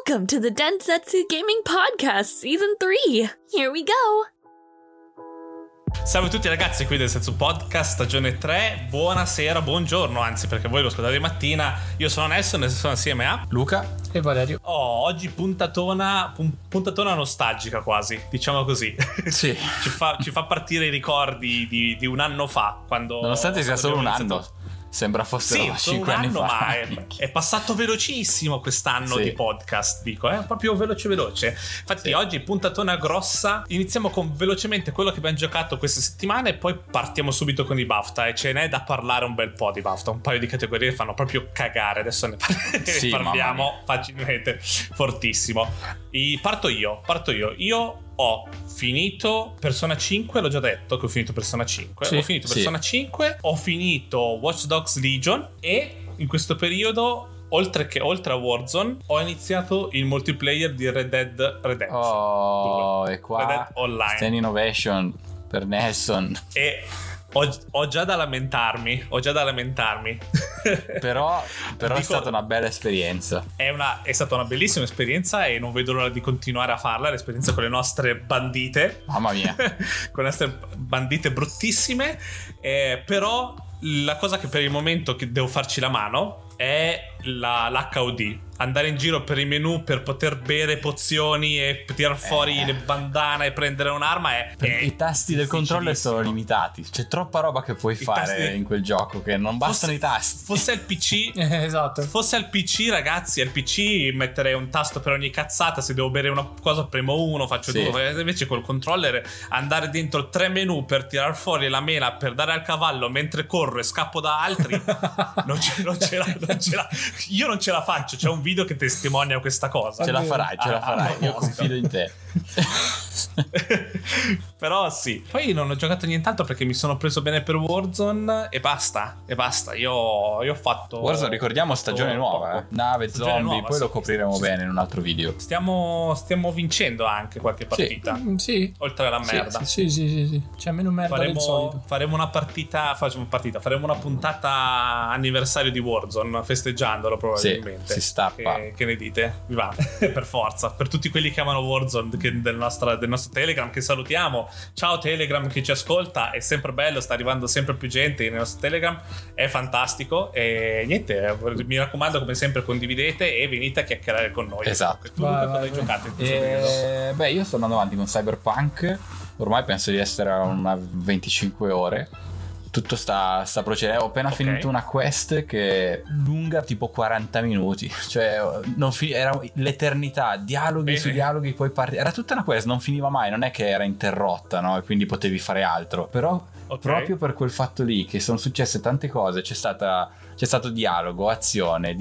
Welcome to the Densetsu Gaming Podcast Season 3. Here we go. Salve a tutti ragazzi, qui del Densetsu Podcast stagione 3. Buonasera, buongiorno, anzi, perché voi lo ascoltate di mattina. Io sono Nelson e sono assieme a Luca e Valerio. Oggi puntatona nostalgica quasi, diciamo così. Sì. ci fa partire i ricordi di un anno fa, quando, nonostante sia solo un anno, sembra fossero 5 anni fa. Ma è passato velocissimo quest'anno di podcast, dico, proprio veloce. Infatti oggi puntatona grossa. Iniziamo con velocemente quello che abbiamo giocato queste settimane e poi partiamo subito con i BAFTA, e ce n'è da parlare un bel po' di BAFTA. Un paio di categorie fanno proprio cagare. Adesso ne parliamo facilmente, fortissimo. Parto io. Io ho finito Persona 5, l'ho già detto che ho finito Persona 5. Ho finito Persona 5, ho finito Watch Dogs Legion e in questo periodo, oltre a Warzone, ho iniziato il multiplayer di Red Dead Redemption 2. E qua Red Dead Online. Stand Innovation per Nelson. E ho già da lamentarmi. Però è stata una bella esperienza. È stata una bellissima esperienza e non vedo l'ora di continuare a farla. L'esperienza con le nostre bandite. Mamma mia. Con le nostre bandite bruttissime. Però la cosa che per il momento che devo farci la mano è l'HUD. Andare in giro per i menu per poter bere pozioni e tirar fuori le bandane e prendere un'arma I tasti del controller sono limitati. C'è troppa roba che puoi fare in quel gioco che non bastano i tasti. Fosse al PC esatto. Fosse al PC, ragazzi, al PC metterei un tasto per ogni cazzata. Se devo bere una cosa premo uno, faccio due. Invece col controller andare dentro 3 menu per tirar fuori la mela per dare al cavallo mentre corro e scappo da altri non ce la io non ce la faccio. C'è un video che testimonia questa cosa. Ce la farai. Io confido in te. Però sì. Poi non ho giocato nient'altro perché mi sono preso bene per Warzone e basta. Io ho fatto Warzone, ricordiamo, stagione nuova, nave, stagione zombie, nuova, poi lo copriremo bene in un altro video. Stiamo vincendo anche qualche partita. Sì. Oltre alla merda. Sì. C'è meno merda del solito. Faremo una puntata anniversario di Warzone, festeggiandolo probabilmente. Si stappa. Che ne dite? Vi va? Per forza. Per tutti quelli che amano Warzone, del nostro Telegram, che salutiamo. Ciao Telegram che ci ascolta, è sempre bello, sta arrivando sempre più gente nel nostro Telegram, è fantastico. E niente, mi raccomando, come sempre condividete e venite a chiacchierare con noi. Esatto. Tu cosa hai giocato in questo periodo? Io sto andando avanti con Cyberpunk. Ormai penso di essere a una 25 ore. Tutto sta procedendo. Ho appena finito una quest che è lunga tipo 40 minuti. Cioè era l'eternità, dialoghi su dialoghi, poi era tutta una quest, non finiva mai. Non è che era interrotta, no? E quindi potevi fare altro. Però proprio per quel fatto lì che sono successe tante cose, c'è stato dialogo, azione,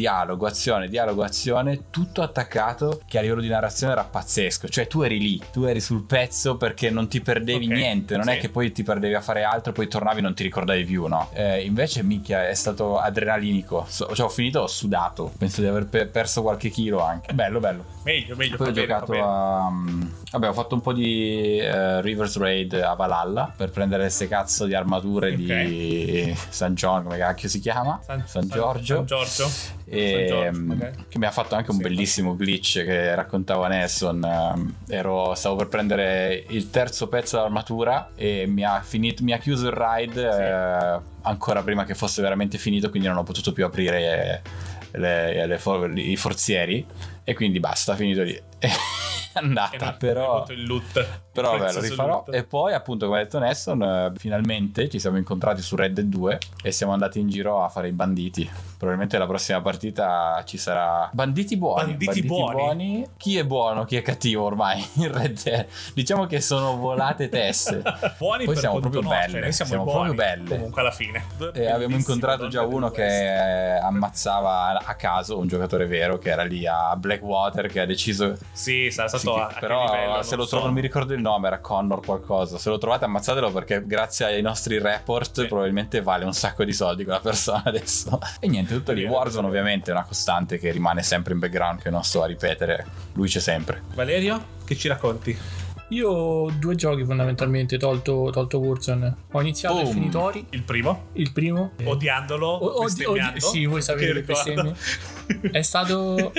tutto attaccato, che a livello di narrazione era pazzesco. Cioè tu eri lì, tu eri sul pezzo perché non ti perdevi niente. Non è che poi ti perdevi a fare altro, poi tornavi e non ti ricordavi più, no? Invece minchia, è stato adrenalinico. Cioè ho finito, ho sudato, penso di aver perso qualche chilo anche. Bello. Meglio. Poi ho giocato ho fatto un po' di Reverse Raid a Valhalla per prendere queste cazzo di armature di San John, come cacchio si chiama? San Giorgio. Che mi ha fatto anche un bellissimo glitch che raccontavo a Nelson. Stavo per prendere il terzo pezzo dell'armatura e mi ha chiuso il ride ancora prima che fosse veramente finito, quindi non ho potuto più aprire i forzieri e quindi basta, finito lì. Andata, però il loot. Però lo rifarò. E poi appunto, come ha detto Nelson, finalmente ci siamo incontrati su Red Dead 2 e siamo andati in giro a fare i banditi. Probabilmente la prossima partita ci sarà banditi buoni. Chi è buono, chi è cattivo ormai in Red Dead? Diciamo che sono volate teste. Buoni. Poi per siamo proprio belle, cioè noi siamo proprio belle. Comunque alla fine. E abbiamo incontrato già uno che ammazzava a caso un giocatore vero che era lì a Blackwater, che ha deciso. Sì, sarà stato a però livello, se lo trovo, non mi ricordo il nome, era Connor qualcosa. Se lo trovate ammazzatelo, perché grazie ai nostri report probabilmente vale un sacco di soldi quella persona adesso. E niente, tutto lì. Warzone ovviamente è una costante che rimane sempre in background, che non sto a ripetere, lui c'è sempre. Valerio, che ci racconti? Io ho 2 giochi fondamentalmente, tolto Warzone. Ho iniziato il Finitori. Il primo? Odiandolo. Bestemmiando. Sì, voi sapete le bestemmie. È stato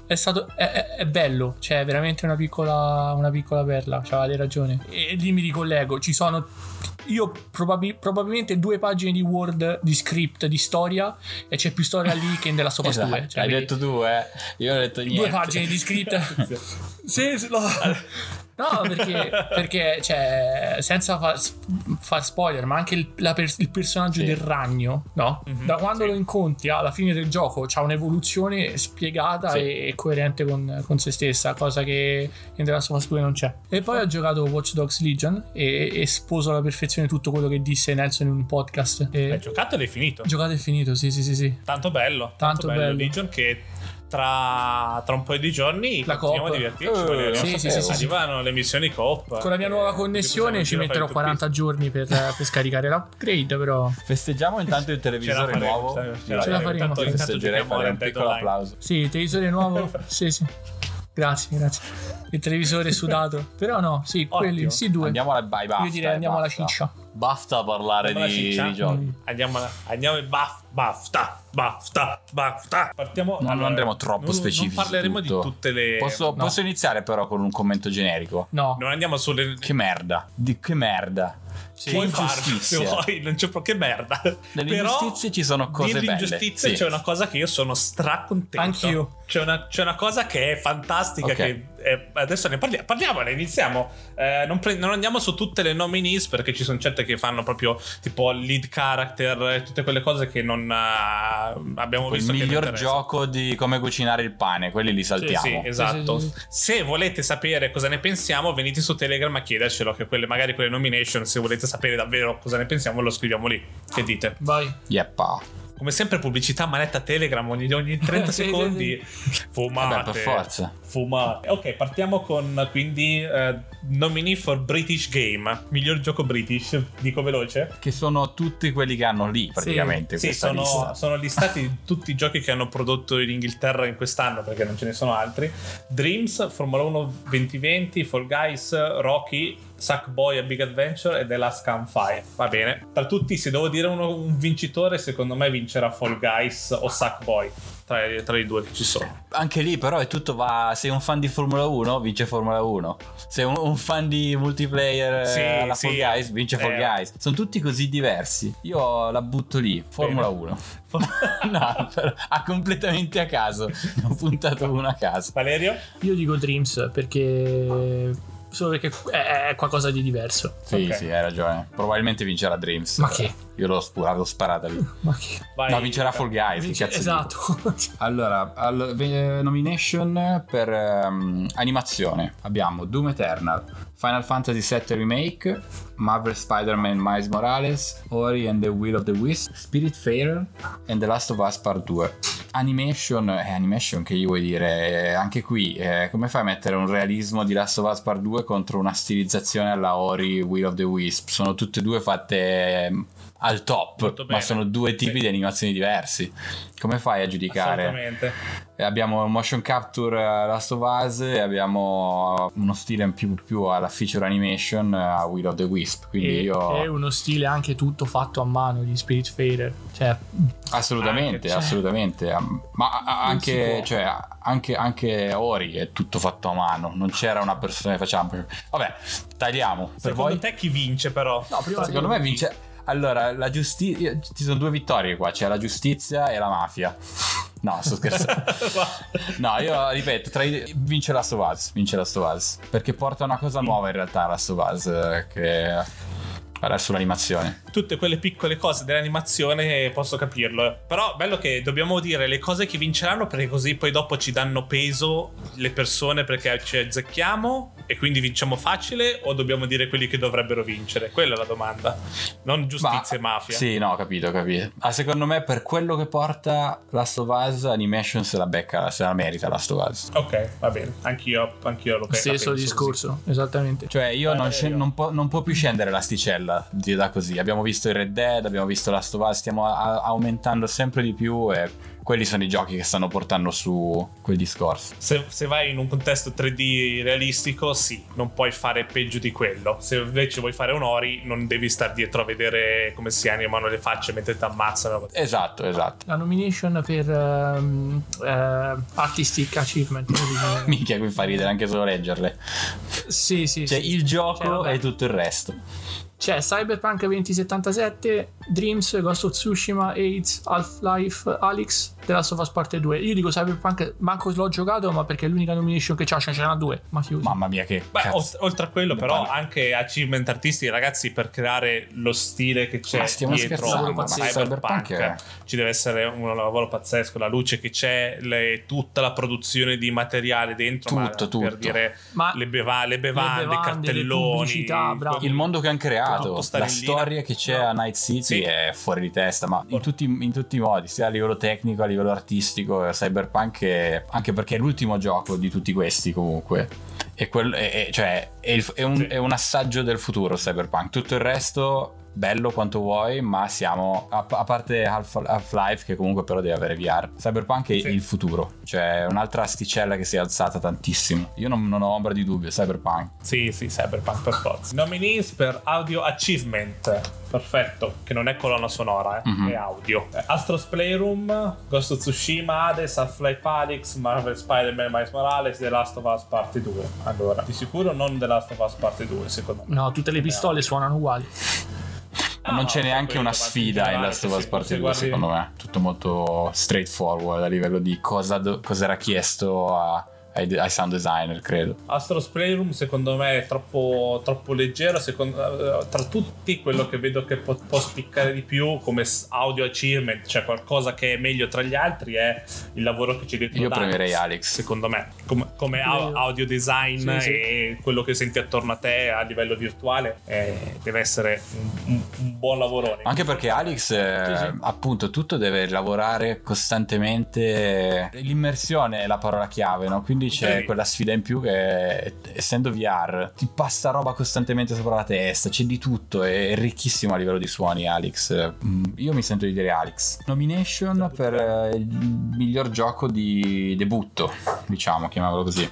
è bello, cioè è veramente una piccola perla, c'avete ragione. E lì mi ricollego, ci sono io probabilmente 2 pagine di Word di script di storia e c'è più storia lì che nella Sopra 2. Cioè, hai detto 2, io ho detto niente. 2 pagine di script. Sì, no. No, perché cioè, senza far spoiler, ma anche il personaggio del ragno, no? Mm-hmm, da quando lo incontri alla fine del gioco c'ha un'evoluzione spiegata e coerente con se stessa, cosa che in The Last of Us 2 non c'è. E poi ho giocato Watch Dogs Legion e sposo alla perfezione tutto quello che disse Nelson in un podcast. Hai giocato e l'hai finito? Giocato e finito, sì. Tanto bello. Legion, che tra un paio di giorni la continuiamo a divertirci. Sì. Arrivano le missioni coop. Con la mia nuova connessione ci metterò 40 giorni per scaricare l'upgrade, però festeggiamo intanto il televisore nuovo. Ce la faremo. Festeggerei, fare un piccolo applauso. Sì, il televisore nuovo. Sì. Grazie. Il televisore sudato. Però no, sì, quelli, sì, 2. Andiamo alla BAFTA. Io direi andiamo alla ciccia. Basta parlare di giochi. Andiamo ai BAFTA. Partiamo. Non andremo troppo specifici. Non parleremo di tutte le. Posso iniziare però con un commento generico? No. Non andiamo sulle. Che merda. Che merda. Sì, puoi farlo, non c'è che merda. Nelle ingiustizie ci sono cose belle. Nelle ingiustizie c'è una cosa che io sono stracontento. Anch'io. C'è una cosa che è fantastica. Okay. Adesso ne parliamone, iniziamo. Non andiamo su tutte le nominees perché ci sono certe che fanno proprio tipo lead character e tutte quelle cose che non abbiamo visto. Il che miglior gioco di come cucinare il pane, quelli li saltiamo. Sì, esatto. Sì. Se volete sapere cosa ne pensiamo, venite su Telegram a chiedercelo, che magari quelle nomination, se volete sapere davvero cosa ne pensiamo, lo scriviamo lì. Che dite? Vai. Yeppa. Come sempre pubblicità manetta Telegram ogni 30 secondi. Fumate. Per forza. Fumate. Ok, partiamo con quindi nominee for British Game. Miglior gioco British, dico veloce. Che sono tutti quelli che hanno lì praticamente. Sì, sono listati tutti i giochi che hanno prodotto in Inghilterra in quest'anno, perché non ce ne sono altri. Dreams, Formula 1 2020, Fall Guys, Rocky, Sackboy a Big Adventure e The Last Campfire. Va bene. Tra tutti, se devo dire un vincitore, secondo me vincerà Fall Guys o Sackboy. Tra i due che ci sono. Anche lì però è tutto sei un fan di Formula 1, vince Formula 1. Sei un fan di multiplayer alla Fall Guys, vince Fall Guys. Sono tutti così diversi. Io la butto lì, Formula 1. No, però, completamente a caso. Ho puntato uno a caso. Valerio? Io dico Dreams solo perché è qualcosa di diverso. Sì, okay. Sì, hai ragione. Probabilmente vincerà Dreams. Ma che? Io l'ho sparata lì. Ma che? No, vincerà Fall Guys. Esatto. Allora, nomination per animazione abbiamo Doom Eternal, Final Fantasy VII Remake, Marvel Spider-Man Miles Morales, Ori and the Will of the Wisp, Spiritfarer and The Last of Us Part 2. Animation che io vuoi dire, anche qui come fai a mettere un realismo di Last of Us Part 2 contro una stilizzazione alla Ori Will of the Wisp? Sono tutte e due fatte al top, ma sono due tipi di animazioni diversi. Come fai a giudicare? Assolutamente. Abbiamo motion capture Last of Us e abbiamo uno stile più alla feature animation a Will of the Wisp. Quindi è uno stile anche tutto fatto a mano di Spiritfarer. Cioè, assolutamente. Ma anche Ori è tutto fatto a mano. Non c'era una persona che facciamo. Vabbè, tagliamo. Secondo te chi vince però? No, prima secondo me vince. Allora, la giustizia. Ci sono due vittorie qua: c'è la giustizia e la mafia. No, sto scherzando. No, io ripeto: vince Last of Us. Perché porta una cosa nuova in realtà Last of Us, che adesso l'animazione. Tutte quelle piccole cose dell'animazione posso capirlo. Però bello che dobbiamo dire le cose che vinceranno, perché così poi dopo ci danno peso le persone, perché ci azzecchiamo e quindi vinciamo facile, o dobbiamo dire quelli che dovrebbero vincere? Quella è la domanda. Non giustizia e mafia. Sì, no, capito. Secondo me per quello che porta Last of Us, Animation se la merita Last of Us. Ok, va bene. Anch'io lo penso. Stesso discorso, così. Esattamente. Cioè io non può più scendere l'asticella da così. Abbiamo visto il Red Dead, abbiamo visto Last of Us, stiamo aumentando sempre di più e quelli sono i giochi che stanno portando su quel discorso. Se vai in un contesto 3D realistico, sì, non puoi fare peggio di quello. Se invece vuoi fare un Ori, non devi star dietro a vedere come si animano le facce mentre ti ammazzano. Esatto. La nomination per Artistic Achievement. Minchia, qui fa ridere anche solo leggerle. Sì. Cioè il gioco e tutto il resto. C'è Cyberpunk 2077, Dreams, Ghost of Tsushima, AIDS, Half-Life, Alyx, The Last of Us Parte 2. Io dico Cyberpunk, manco l'ho giocato, ma perché è l'unica nomination che c'ha, ce n'ha 2. Ma chiuso. Mamma mia, che oltre a quello, però, anche achievement artistici, ragazzi, per creare lo stile che c'è dietro Cyberpunk ci deve essere un lavoro pazzesco. La luce che c'è, tutta la produzione di materiale dentro, tutto. Per dire le bevande, cartelloni, il mondo che hanno creato, la storia che c'è a Night City è fuori di testa, ma in tutti i modi, sia a livello tecnico, a livello artistico. Cyberpunk anche perché è l'ultimo gioco di tutti questi comunque, è un assaggio del futuro Cyberpunk. Tutto il resto bello quanto vuoi, ma siamo a parte Half-Life, che comunque però deve avere VR. Cyberpunk è il futuro, cioè un'altra asticella che si è alzata tantissimo. Io non ho ombra di dubbio, Cyberpunk. Sì, Cyberpunk per forza. Nominees per Audio Achievement, perfetto, che non è colonna sonora, è audio. Astro's Playroom, Ghost of Tsushima, Hades, Half-Life Alyx, Marvel Spider-Man Miles Morales, The Last of Us Parte 2. Allora, di sicuro non The Last of Us Parte 2, secondo me. No, tutte le pistole suonano uguali. Non c'è neanche una sfida in Last of Us Part 2, secondo me. Tutto molto straightforward a livello di cosa era chiesto ai sound designer, credo. Astro's Playroom secondo me è troppo leggero. Tra tutti, quello che vedo che può spiccare di più come audio achievement, cioè qualcosa che è meglio tra gli altri, è il lavoro che c'è dentro. Io premierei Alyx, secondo me, come audio design e quello che senti attorno a te a livello virtuale, deve essere un buon lavorone. Anche perché Alyx appunto tutto deve lavorare costantemente. L'immersione è la parola chiave, no? Quindi c'è quella sfida in più che, essendo VR, ti passa roba costantemente sopra la testa, c'è di tutto, è ricchissimo a livello di suoni Alyx. Io mi sento di dire Alyx. Nomination per il miglior gioco di debutto, diciamo, chiamiamolo così.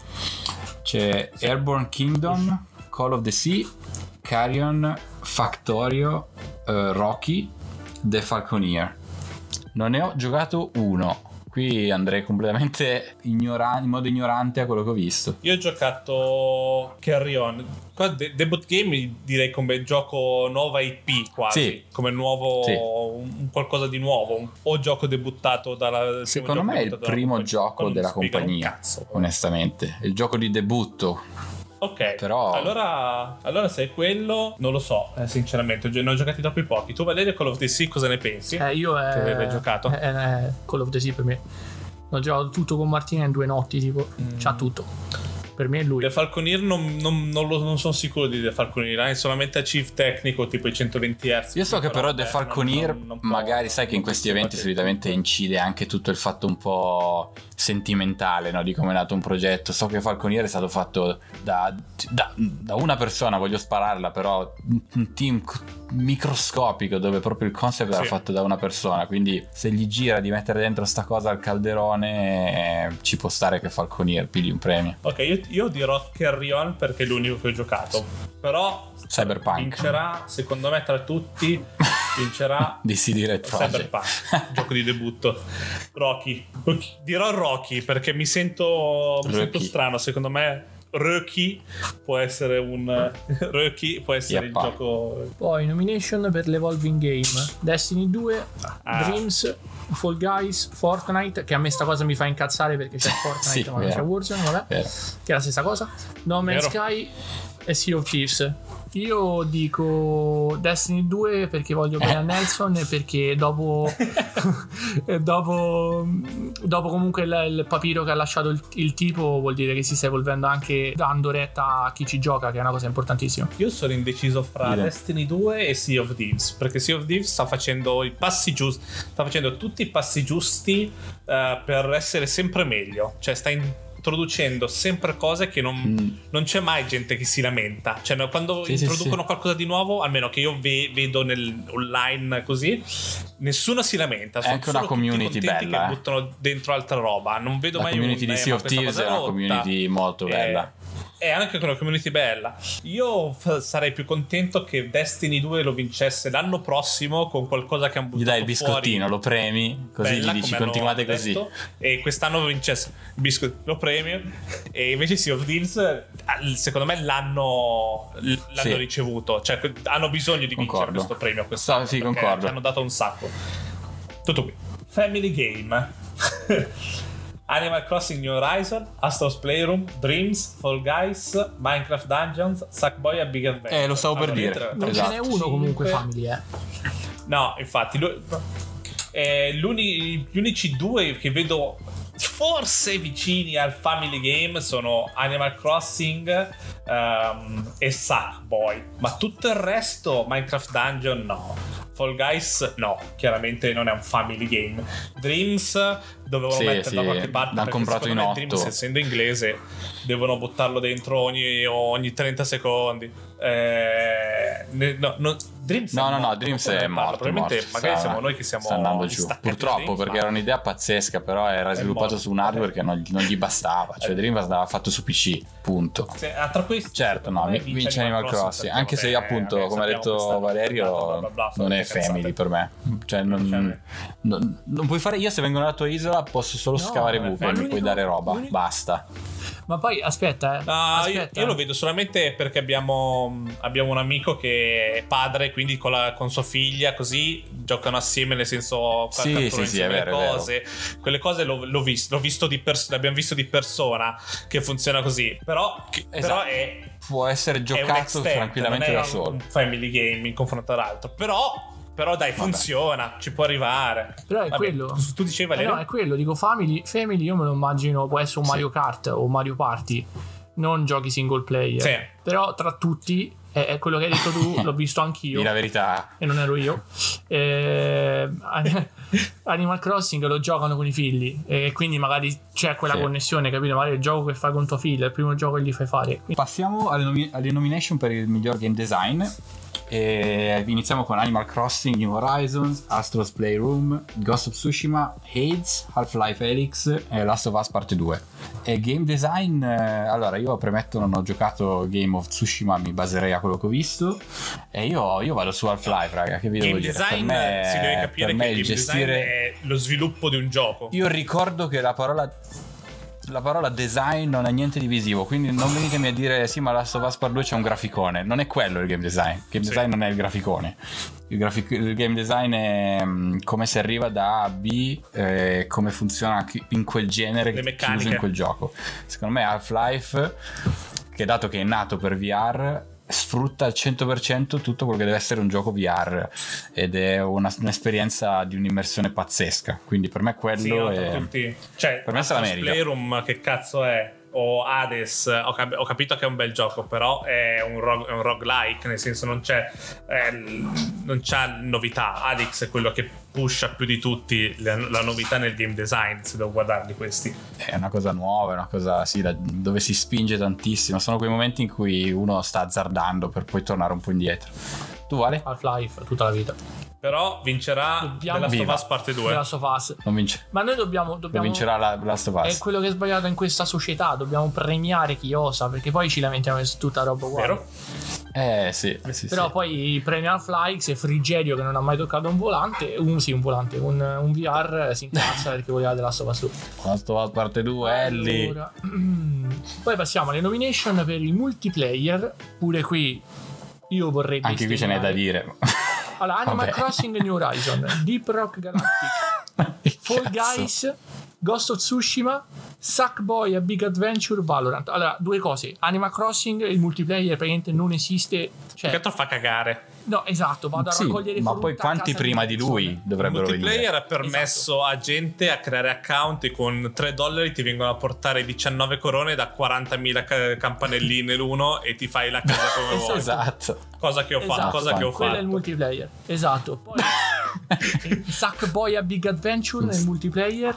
C'è Airborne Kingdom, Call of the Sea, Carrion, Factorio, Rocky, The Falconeer. Non ne ho giocato uno. Qui andrei completamente in modo ignorante a quello che ho visto. Io ho giocato Carrion. Qua debut game direi come gioco nuova IP quasi, come nuovo, un qualcosa di nuovo, o gioco debuttato dalla. Secondo me è il primo gioco della compagnia, onestamente, il gioco di debutto. Ok, però allora se è quello non lo so, sinceramente, ne ho giocati troppi pochi. Tu, Valerio, Call of the Sea cosa ne pensi? Io che avevi giocato? Call of the Sea per me l'ho giocato tutto con Martina in 2 notti, tipo c'ha tutto. Per me è lui. The Falconeer non sono sicuro di The Falconeer, è solamente achieve tecnico tipo i 120 Hz. Io so che però The Falconeer magari sai che in questi eventi solitamente incide anche tutto il fatto un po' sentimentale, no? Di come è nato un progetto. So che Falconeer è stato fatto da una persona, voglio spararla, però un team microscopico dove proprio il concept era fatto da una persona, quindi se gli gira di mettere dentro sta cosa al calderone ci può stare che Falconeer pigli un premio. Ok, io dirò Carrion perché è l'unico che ho giocato, però Cyberpunk vincerà, secondo me, tra tutti vincerà DC Direct Project, Cyberpunk, gioco di debutto. Rocky, dirò Rocky perché mi sento strano, secondo me Rocky può essere il gioco. Poi nomination per l'Evolving Game: Destiny 2, Dreams, Fall Guys, Fortnite, che a me sta cosa mi fa incazzare perché c'è Fortnite ma non c'è Warzone, vabbè, che è la stessa cosa. No Man's Sky e Sea of Thieves. Io dico Destiny 2 perché voglio bene a Nelson e perché dopo comunque il papiro che ha lasciato il tipo vuol dire che si sta evolvendo anche dando retta a chi ci gioca, che è una cosa importantissima. Io sono indeciso fra Destiny 2 e Sea of Thieves, perché Sea of Thieves sta facendo i passi giusti, sta facendo tutti i passi giusti per essere sempre meglio, cioè sta introducendo sempre cose che non c'è mai gente che si lamenta. Cioè, quando introducono qualcosa di nuovo, almeno che io vedo online così, nessuno si lamenta. È anche una community bella. Che buttano dentro altra roba. Non vedo la mai community di Sea of Thieves è una community molto bella. È anche una community bella. Io sarei più contento che Destiny 2 lo vincesse l'anno prossimo con qualcosa che hanno buttato fuori. Gli dai il biscottino, lo premi, così gli dici continuate così. E quest'anno vincesse il biscottino, lo premio. E invece Sea of Thieves, secondo me l'hanno ricevuto. Cioè hanno bisogno di vincere questo premio quest'anno. Sì, concordo. Hanno dato un sacco. Tutto qui. Family Game. Animal Crossing New Horizon, Astro's Playroom, Dreams, Fall Guys, Minecraft Dungeons, Sackboy a Big Adventure. Lo stavo per dire. Non ce n'è uno comunque Family, No, infatti gli unici due che vedo forse vicini al Family Game sono Animal Crossing e Sackboy, ma tutto il resto, Minecraft Dungeon no, Fall Guys no, chiaramente non è un Family Game. Dreams dovevano metterlo da qualche parte, l'hanno comprato in 8. Dreams, essendo inglese, devono buttarlo dentro ogni 30 secondi. Dreams Dreams è morto. Probabilmente magari siamo noi che siamo andando giù. Purtroppo, perché era un'idea pazzesca, però era sviluppato su un hardware che non gli bastava. Cioè Dreams andava fatto su PC, punto. Tra questi, certo, no, vince Animal Crossing, anche se appunto, come ha detto Valerio, non è family per me. Cioè non puoi fare. Io se vengo nella tua isola posso solo scavare buche, mi puoi dare roba, basta. Ma poi aspetta. Io lo vedo solamente perché abbiamo un amico che è padre, quindi con sua figlia, così giocano assieme, nel senso sì, è vero, cose. Quelle cose l'ho visto l'abbiamo visto di persona che funziona così. Però può essere giocato tranquillamente da solo. Non è un family game in confronto all'altro, però dai, funziona, ci può arrivare. Però è quello. Tu dicevi, Valerio? No, è quello, dico family io me lo immagino, può essere un Mario Kart o Mario Party, non giochi single player. Sì. Però tra tutti è quello che hai detto tu, l'ho visto anch'io. Di la verità. E non ero io. Animal Crossing lo giocano con i figli e quindi magari c'è quella connessione, capito? Magari il gioco che fai con tuo figlio è il primo gioco che gli fai fare. Quindi... Passiamo alle nomination per il miglior game design. E iniziamo con Animal Crossing New Horizons, Astro's Playroom, Ghost of Tsushima, Hades, Half-Life Alyx e Last of Us Parte 2. E game design, allora io premetto non ho giocato Game of Tsushima, mi baserei a quello che ho visto e io vado su Half-Life, raga, che vi devo dire? Design, per me, si deve capire che il game gestire... design è lo sviluppo di un gioco. Io ricordo che la parola design non è niente di visivo, quindi non venitemi a dire sì, ma Last of Us Part 2 c'è un graficone. Non è quello il game design. Il game design non è il graficone. Il game design è come si arriva da A a B, come funziona in quel genere che si usa in quel gioco. Secondo me Half-Life, che dato che è nato per VR, sfrutta al 100% tutto quello che deve essere un gioco VR ed è un'esperienza di un'immersione pazzesca, quindi per me quello è cioè, per me se la merita. Playroom che cazzo è? O Hades, ho capito che è un bel gioco, però è un roguelike, nel senso non c'è novità. Alyx è quello che pusha più di tutti la novità nel game design, se devo guardarli questi. È una cosa nuova, è una cosa dove si spinge tantissimo. Sono quei momenti in cui uno sta azzardando per poi tornare un po' indietro. Tu vale? Half-Life tutta la vita. Però vincerà The Last of Us Parte 2. The Last of Us. Non vince. Ma noi dobbiamo vincerà la Last of Us. È quello che è sbagliato in questa società. Dobbiamo premiare chi osa, perché poi ci lamentiamo su tutta roba uguale. Vero? Sì. Però poi premia Half-Life e Frigerio, che non ha mai toccato un volante, un VR, si incazza perché voleva The Last of Us 2. Last of Us Parte 2, Ellie. Allora, poi passiamo alle nomination per il multiplayer. Pure qui io vorrei anche qui ce n'è da dire. Allora, Animal Crossing New Horizon, Deep Rock Galactic, Fall Guys, Ghost of Tsushima, Sackboy a Big Adventure, Valorant. Allora, due cose. Animal Crossing, il multiplayer praticamente non esiste. Cioè, che altro fa cagare. No, esatto, vado a raccogliere ma poi quanti prima di lui dovrebbero venire? Il multiplayer ha permesso a gente a creare account e con $3 ti vengono a portare 19 corone da 40.000 campanelline l'uno e ti fai la casa come vuoi. Esatto. Cosa che ho fatto. Quello è il multiplayer. Esatto. Poi Sackboy a Big Adventure nel multiplayer.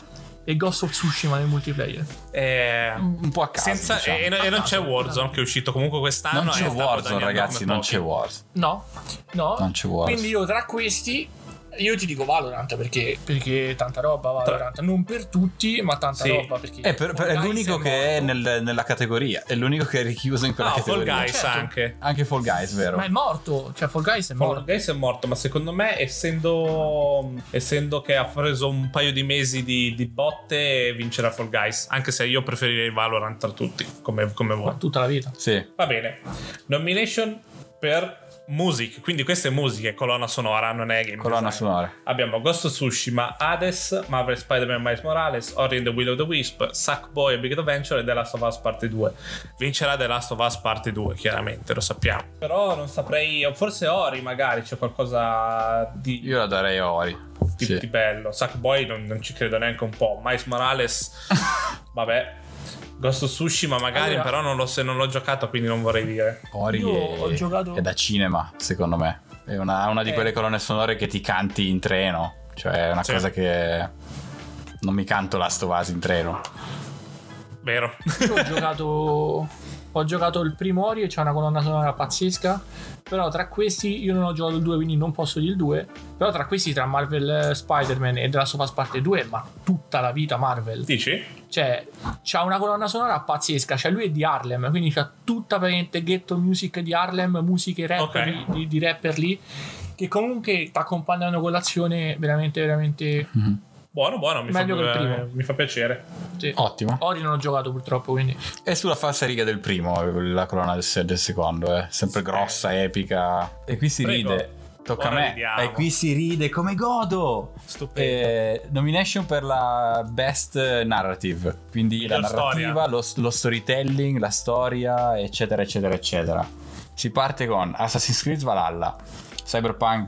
e Ghost of Tsushima nel multiplayer. Un po' a caso, senza, diciamo. e non c'è Warzone che è uscito comunque quest'anno. Non c'è Warzone, ragazzi, non c'è Warzone. No, non c'è Warzone. Quindi io tra questi, io ti dico Valorant perché tanta roba Valorant, non per tutti, ma tanta roba, perché è l'unico che è nella categoria, è l'unico che è richiuso in quella categoria. Fall Guys, certo. Anche Fall Guys, vero? Ma è morto, cioè Fall Guys è morto. Fall Guys è morto, ma secondo me essendo che ha preso un paio di mesi di botte, vincerà Fall Guys, anche se io preferirei Valorant tra tutti, come voi. Tutta la vita. Sì. Va bene. Nomination per music, quindi questa è musica, è colonna sonora, non è game colonna design. sonora. Abbiamo Ghost of Tsushima, Hades, Marvel Spider-Man Miles Morales, Ori and the Will of the Wisp, Sackboy e Big Adventure e The Last of Us Parte 2. Vincerà The Last of Us Parte 2, chiaramente, lo sappiamo. Però non saprei, forse Ori magari c'è qualcosa di... Io la darei a Ori. Di bello. Sackboy non ci credo neanche un po'. Miles Morales, vabbè. Ghost of Tsushima magari, allora, però non l'ho giocato, quindi non vorrei dire. Ori ho giocato... è da cinema, secondo me. È una di quelle colonne sonore che ti canti in treno. Cioè è una cosa che non mi canto Last of Us in treno. Vero. Io ho giocato il primo Ori e c'è una colonna sonora pazzesca. Però tra questi io non ho giocato il 2, quindi non posso dire il 2. Però tra questi, tra Marvel Spider-Man e The Last of Us Parte 2, ma tutta la vita Marvel. Dici? Cioè c'ha una colonna sonora pazzesca. Cioè lui è di Harlem, quindi c'ha tutta praticamente ghetto music di Harlem, musiche rap, okay, di rapper lì, che comunque ti accompagnano con l'azione veramente veramente buono, meglio che il primo. Mi fa piacere. Sì. Ottimo. Ori non ho giocato purtroppo, quindi è sulla falsa riga del primo, la colonna del secondo, sempre grossa, epica. E qui si ride. Tocca ora a me. ridiamo. E qui si ride come godo. Stupendo. Nomination per la best narrative, quindi miglior la narrativa, lo storytelling, la storia, eccetera eccetera eccetera. Si parte con Assassin's Creed Valhalla, Cyberpunk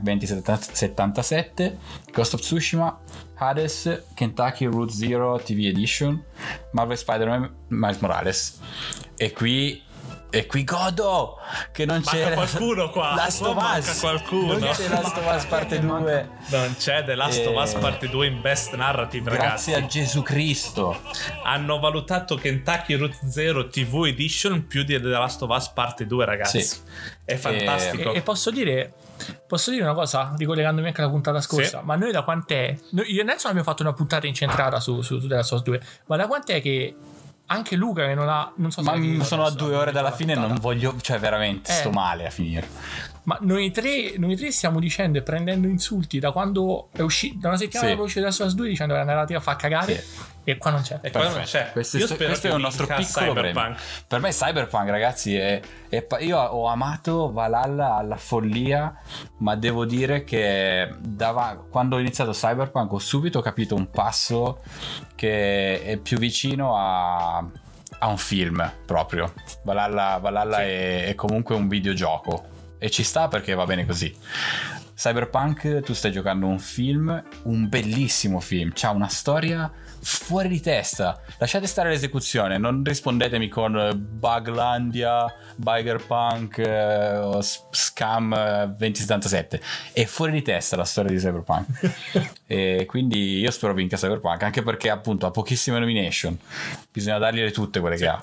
2077, Ghost of Tsushima, Hades, Kentucky Route Zero TV Edition, Marvel Spider-Man Miles Morales. E qui godo che non c'è qualcuno qua. Last of Us. Qualcuno. Non c'è Last of Us Parte 2. Non c'è The Last of Us Parte 2 in Best Narrative, ragazzi. Grazie a Gesù Cristo. Hanno valutato Kentucky Route Zero TV Edition più di The Last of Us Parte 2, ragazzi. Sì. È fantastico. E posso dire una cosa, ricollegandomi anche alla puntata scorsa, ma noi da quant'è? Io e Nelson abbiamo fatto una puntata incentrata su The Last of Us 2, ma da quant'è che anche Luca che non so se ma sono a 2 ore dalla fine, non voglio, cioè veramente sto male a finire. Ma noi tre stiamo dicendo e prendendo insulti da quando è uscito, da una settimana dopo uscire da Last of Us 2, dicendo che la narrativa fa cagare. E qua non c'è. Questo è un nostro piccolo premio. Per me Cyberpunk, ragazzi, io ho amato Valhalla alla follia, ma devo dire che quando ho iniziato Cyberpunk ho subito capito un passo che è più vicino a un film proprio. Valhalla è comunque un videogioco e ci sta perché va bene così. Cyberpunk, tu stai giocando un film, un bellissimo film, c'ha una storia fuori di testa. Lasciate stare l'esecuzione, non rispondetemi con Buglandia, Bigerpunk o Scam 2077. È fuori di testa la storia di Cyberpunk. E quindi io spero vinca Cyberpunk, anche perché appunto ha pochissime nomination, bisogna dargliele tutte quelle che ha.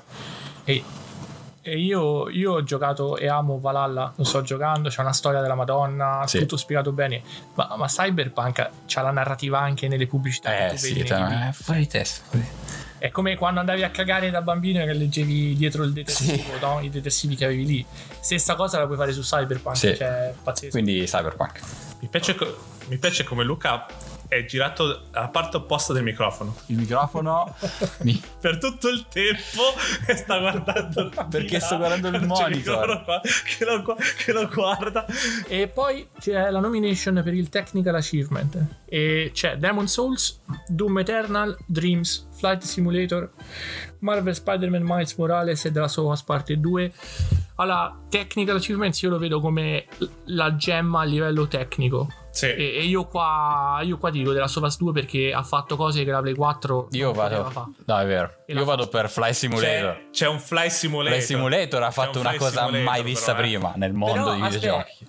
E io ho giocato e amo Valhalla, lo sto giocando, c'è una storia della Madonna, tutto spiegato bene, ma Cyberpunk c'ha la narrativa anche nelle pubblicità che tu vedi è fuori di testa. È come quando andavi a cagare da bambino e che leggevi dietro il detersivo, no? I detersivi che avevi lì. Stessa cosa la puoi fare su Cyberpunk, cioè pazzesco. Quindi Cyberpunk. Mi piace come Luca è girato alla parte opposta del microfono. Il microfono per tutto il tempo sta guardando perché sto guardando il monitor qua, che lo guarda. E poi c'è la nomination per il Technical Achievement e c'è Demon's Souls, Doom Eternal, Dreams, Flight Simulator, Marvel Spider-Man Miles Morales e The Last of Us Parte 2. Allora, Technical Achievements io lo vedo come la gemma a livello tecnico. Sì. E io qua dico The Last of Us 2 perché ha fatto cose che la Play 4 io vado. No, è vero. Io vado per Fly Simulator. C'è un Fly Simulator. Fly Simulator ha fatto una cosa mai vista prima nel mondo dei videogiochi.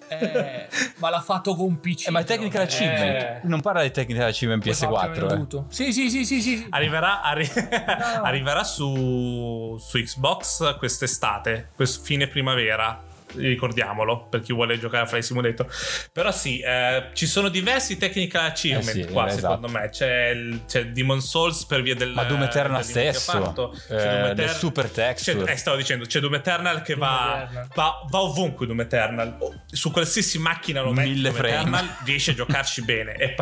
Ma l'ha fatto con PC. Ma è Technical Achievement. Non parla di Technical Achievement PS4. Sì. Arriverà su Xbox quest'estate, fine primavera. Ricordiamolo per chi vuole giocare a Flight Simulator. Però sì, ci sono diversi technical achievement qua, secondo me. C'è Demon Souls per via del ma Doom Eternal stesso, le super texture. Stavo dicendo, c'è Doom Eternal che va ovunque. Doom Eternal su qualsiasi macchina lo metti, Doom Eternal riesce a giocarci bene. È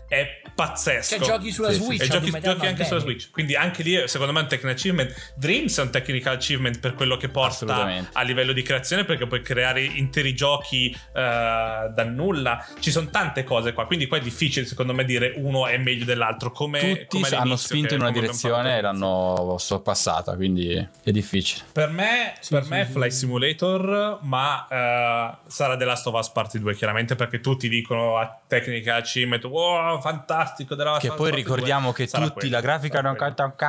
pazzesco. Che giochi sulla Switch, e giochi anche sulla Switch, quindi anche lì secondo me è un technical achievement. Dreams è un technical achievement per quello che porta a livello di creazione, perché puoi creare interi giochi da nulla. Ci sono tante cose qua, quindi qua è difficile secondo me dire uno è meglio dell'altro. Tutti hanno spinto in una direzione e l'hanno sorpassata, quindi è difficile. Per me è Flight Simulator, ma sarà The Last of Us Part 2 chiaramente, perché tutti dicono a Technical Achievement wow, fantastico, che poi ricordiamo che tutti la grafica non conta un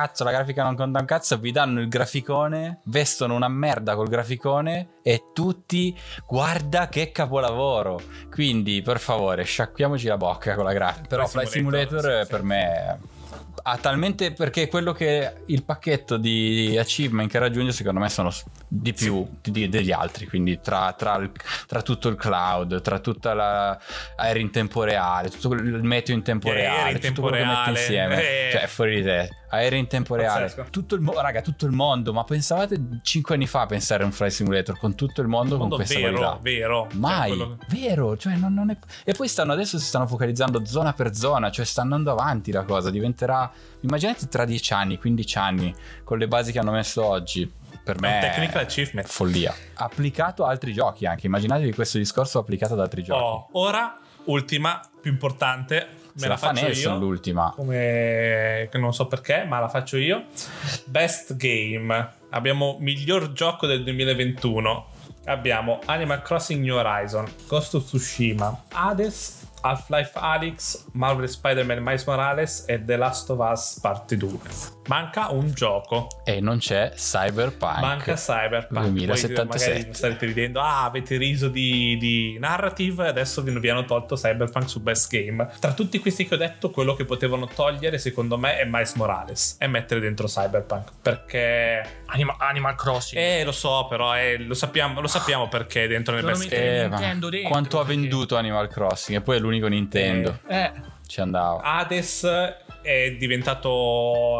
cazzo, vi danno il graficone, vestono una merda col graficone e tutti guarda che capolavoro. Quindi per favore sciacquiamoci la bocca con la grafica. Però Flight Simulator per me ha talmente, perché quello che il pacchetto di achievement che raggiunge secondo me sono di più degli altri, quindi tra tutto il cloud, tra tutta l'aereo in tempo reale, tutto il meteo in tempo reale, tutto quello che mette insieme, cioè fuori di te, aereo in tempo reale, tutto il mondo. Ma pensavate 5 anni fa a pensare a un Flight Simulator con tutto il mondo con questa qualità? Vero mai, vero, cioè non è. E poi adesso si stanno focalizzando zona per zona, cioè sta andando avanti la cosa, diventerà, immaginate tra 10 anni, 15 anni con le basi che hanno messo oggi. Per me technical achievement, follia applicato a altri giochi, anche immaginatevi questo discorso applicato ad altri giochi. Ora ultima, più importante, me la faccio io, l'ultima, come non so perché, ma la faccio io. Best game, abbiamo miglior gioco del 2021, abbiamo Animal Crossing New Horizon, Ghost of Tsushima, Hades, Half-Life Alyx, Marvel Spider-Man Miles Morales e The Last of Us Part 2. Manca un gioco e non c'è Cyberpunk. Manca Cyberpunk 2077. Poi magari starete ridendo, avete riso di narrative, adesso vi hanno tolto Cyberpunk su Best Game. Tra tutti questi che ho detto, quello che potevano togliere secondo me è Miles Morales e mettere dentro Cyberpunk, perché Animal Crossing lo so, però lo sappiamo perché dentro nel Best Game. Quanto ha venduto Animal Crossing? E poi è l'unico Nintendo ci andava. Hades è diventato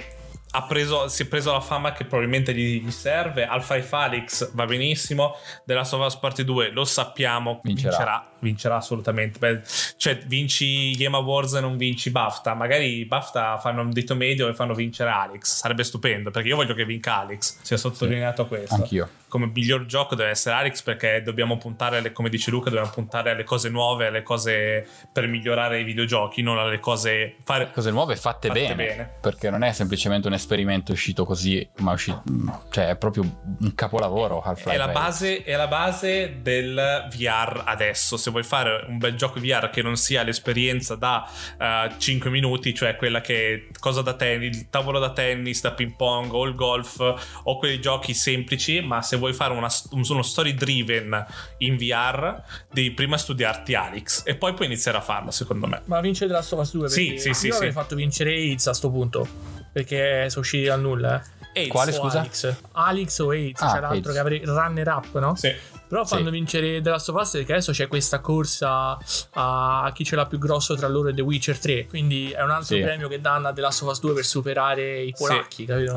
si è preso la fama che probabilmente gli serve. Half-Life Alyx va benissimo, The Last of Us Part 2 lo sappiamo, vincerà assolutamente. Beh, cioè vinci Game Awards e non vinci BAFTA, magari BAFTA fanno un dito medio e fanno vincere Alyx, sarebbe stupendo, perché io voglio che vinca Alyx, sia sottolineato questo. Anch'io. Come miglior gioco deve essere Alyx, perché dobbiamo puntare come dice Luca, dobbiamo puntare alle cose nuove, alle cose per migliorare i videogiochi, non alle cose cose nuove fatte bene, perché non è semplicemente un esperimento uscito così, ma cioè è proprio un capolavoro. È la base del VR adesso. Se vuoi fare un bel gioco VR che non sia l'esperienza da 5 minuti, cioè quella che cosa da tennis, il tavolo da tennis, da ping pong o il golf o quei giochi semplici, ma se vuoi fare uno story driven in VR devi prima studiarti Alyx e poi puoi iniziare a farlo, secondo me. Ma vince The Last of Us 2? Sì. Io avrei fatto vincere Hades a sto punto, perché sono usciti dal nulla. Quale scusa? Alyx o Hades, c'è l'altro che avrei runner up, no? Sì. Però fanno vincere The Last of Us, perché adesso c'è questa corsa a chi ce l'ha più grosso tra loro e The Witcher 3, quindi è un altro premio che danno a The Last of Us 2 per superare i polacchi, capito?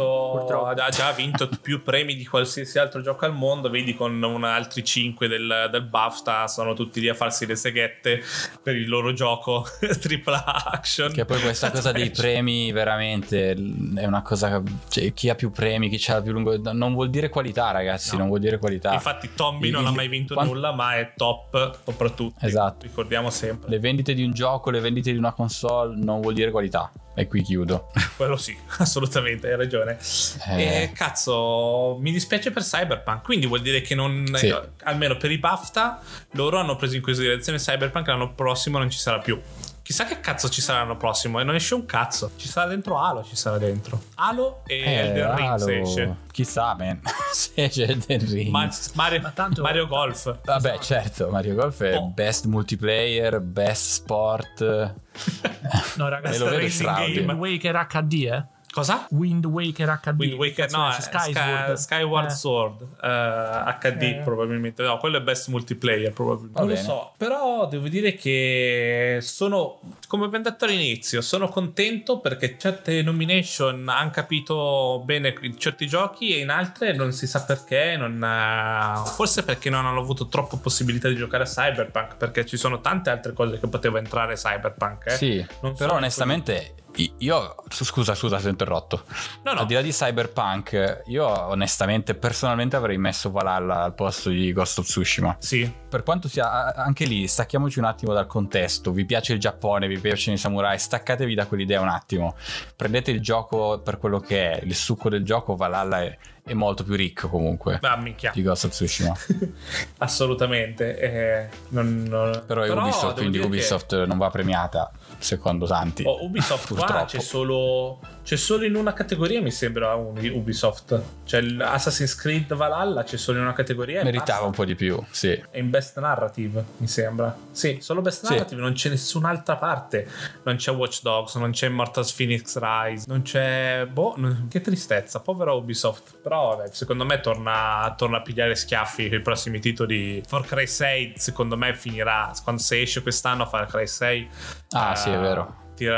Ha già vinto più premi di qualsiasi altro gioco al mondo, vedi, con altri 5 del BAFTA, sono tutti lì a farsi le seghette per il loro gioco AAA action. Che poi questa cosa dei premi veramente è una cosa, cioè, chi ha più premi, chi c'ha più lungo, non vuol dire qualità, ragazzi, non vuol dire qualità. Infatti Tommy non ha mai vinto nulla, ma è top soprattutto. Esatto. Ricordiamo sempre. Le vendite di un gioco, le vendite di una console non vuol dire qualità. E qui chiudo. Quello sì, assolutamente, hai ragione. E cazzo, mi dispiace per Cyberpunk, quindi vuol dire che non almeno per i BAFTA loro hanno preso in considerazione Cyberpunk, l'anno prossimo non ci sarà più. Chissà che cazzo ci sarà l'anno prossimo, e non esce un cazzo. Ci sarà dentro Halo, Halo e Elden Ring se esce. Chissà, man. Se esce Elden Ring. Mario Golf. Vabbè, certo, Mario Golf è best multiplayer, best sport. No, ragazzi, lo vedo Wind Waker HD, Cosa? Wind Waker HD. Wind Waker, no, Skyward Sword HD probabilmente. No, quello è best multiplayer probabilmente. Non lo so, però devo dire che sono, come abbiamo detto all'inizio, sono contento perché certe nomination hanno capito bene certi giochi e in altre non si sa perché, forse perché non hanno avuto troppo possibilità di giocare a Cyberpunk, perché ci sono tante altre cose che poteva entrare Cyberpunk. Sì, però onestamente... Io, scusa se ho interrotto. No. Al di là di Cyberpunk, io onestamente, personalmente avrei messo Valhalla al posto di Ghost of Tsushima. Sì. Per quanto sia, anche lì, stacchiamoci un attimo dal contesto. Vi piace il Giappone, vi piacciono i samurai, staccatevi da quell'idea un attimo. Prendete il gioco per quello che è, il succo del gioco. Valhalla è molto più ricco comunque di Ghost of Tsushima. Assolutamente. Però è Ubisoft, quindi Ubisoft non va premiata secondo tanti. Ubisoft qua c'è solo in una categoria, mi sembra, Ubisoft. Cioè Assassin's Creed Valhalla c'è solo in una categoria. Meritava un po' di più, sì. È in Best Narrative, mi sembra. Sì, solo Best Narrative, non c'è nessun'altra parte. Non c'è Watch Dogs, non c'è Immortals Phoenix Rise, non c'è... che tristezza, povera Ubisoft. Però secondo me torna a pigliare schiaffi i prossimi titoli. Far Cry 6 secondo me finirà, quando se esce quest'anno Far Cry 6 sì, è vero,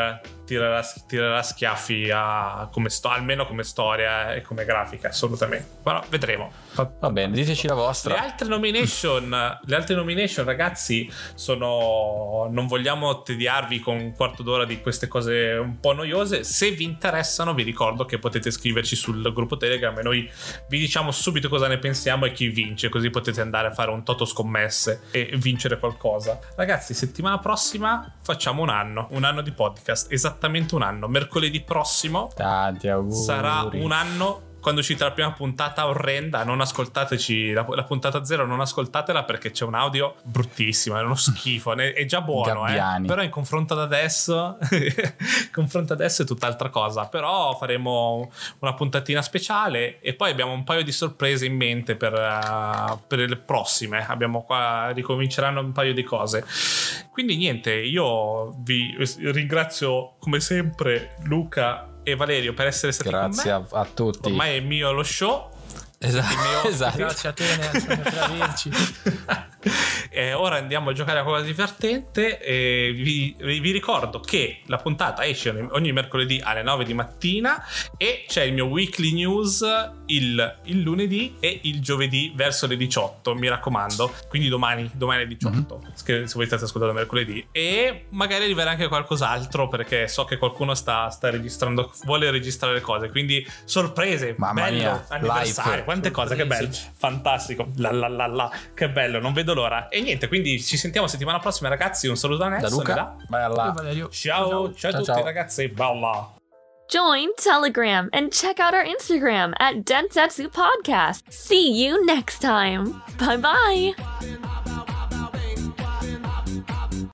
tirerà schiaffi almeno come storia e come grafica, assolutamente. Però vedremo. Va bene, diteci la vostra. Le altre nomination, ragazzi, sono... Non vogliamo tediarvi con un quarto d'ora di queste cose un po' noiose. Se vi interessano, vi ricordo che potete scriverci sul gruppo Telegram e noi vi diciamo subito cosa ne pensiamo e chi vince, così potete andare a fare un toto scommesse e vincere qualcosa. Ragazzi, settimana prossima facciamo un anno di podcast, esattamente un anno. Mercoledì prossimo, tanti auguri, sarà un anno quando uscirà la prima puntata orrenda. Non ascoltateci la puntata 0, non ascoltatela perché c'è un audio bruttissimo, è uno schifo, è già buono, però in confronto ad adesso è tutt'altra cosa. Però faremo una puntatina speciale e poi abbiamo un paio di sorprese in mente per le prossime. Abbiamo qua, ricominceranno un paio di cose, quindi niente, io vi ringrazio come sempre Luca e Valerio per essere stati con me. Grazie a tutti. Ormai è mio lo show. Esatto. Grazie a te per averci. Ora andiamo a giocare a qualcosa di divertente. Vi ricordo che la puntata esce ogni mercoledì alle 9 di mattina e c'è il mio weekly news il lunedì e il giovedì verso le 18, mi raccomando. Quindi domani alle 18, se voi state ascoltando mercoledì. E magari arriverà anche qualcos'altro, perché so che qualcuno sta registrando, vuole registrare cose, quindi sorprese. Mamma bello, mia, anniversario, live. quante cose, che bello, fantastico, che bello, non vedo l'ora. E niente, quindi ci sentiamo settimana prossima, ragazzi. Un saluto da Nelson, da Luca, bella Valerio. Ciao a tutti, ragazzi, bella. Join Telegram and check out our Instagram at Densetsu Podcast. See you next time. Bye bye.